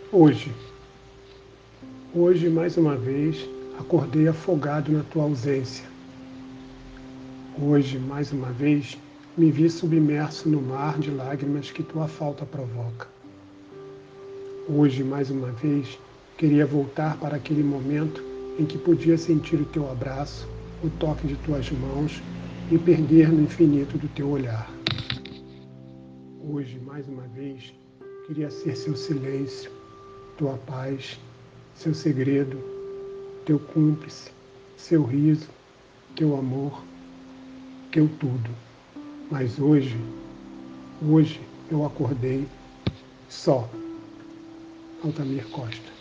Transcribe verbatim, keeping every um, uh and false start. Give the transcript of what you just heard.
Hoje, hoje mais uma vez, acordei afogado na tua ausência. Hoje, mais uma vez, me vi submerso no mar de lágrimas que tua falta provoca. Hoje, mais uma vez, queria voltar para aquele momento em que podia sentir o teu abraço, o toque de tuas mãos, me perder no infinito do teu olhar. Hoje, mais uma vez, queria ser seu silêncio, tua paz, seu segredo, teu cúmplice, seu riso, teu amor, teu tudo. Mas hoje, hoje eu acordei só. Altamir Costa.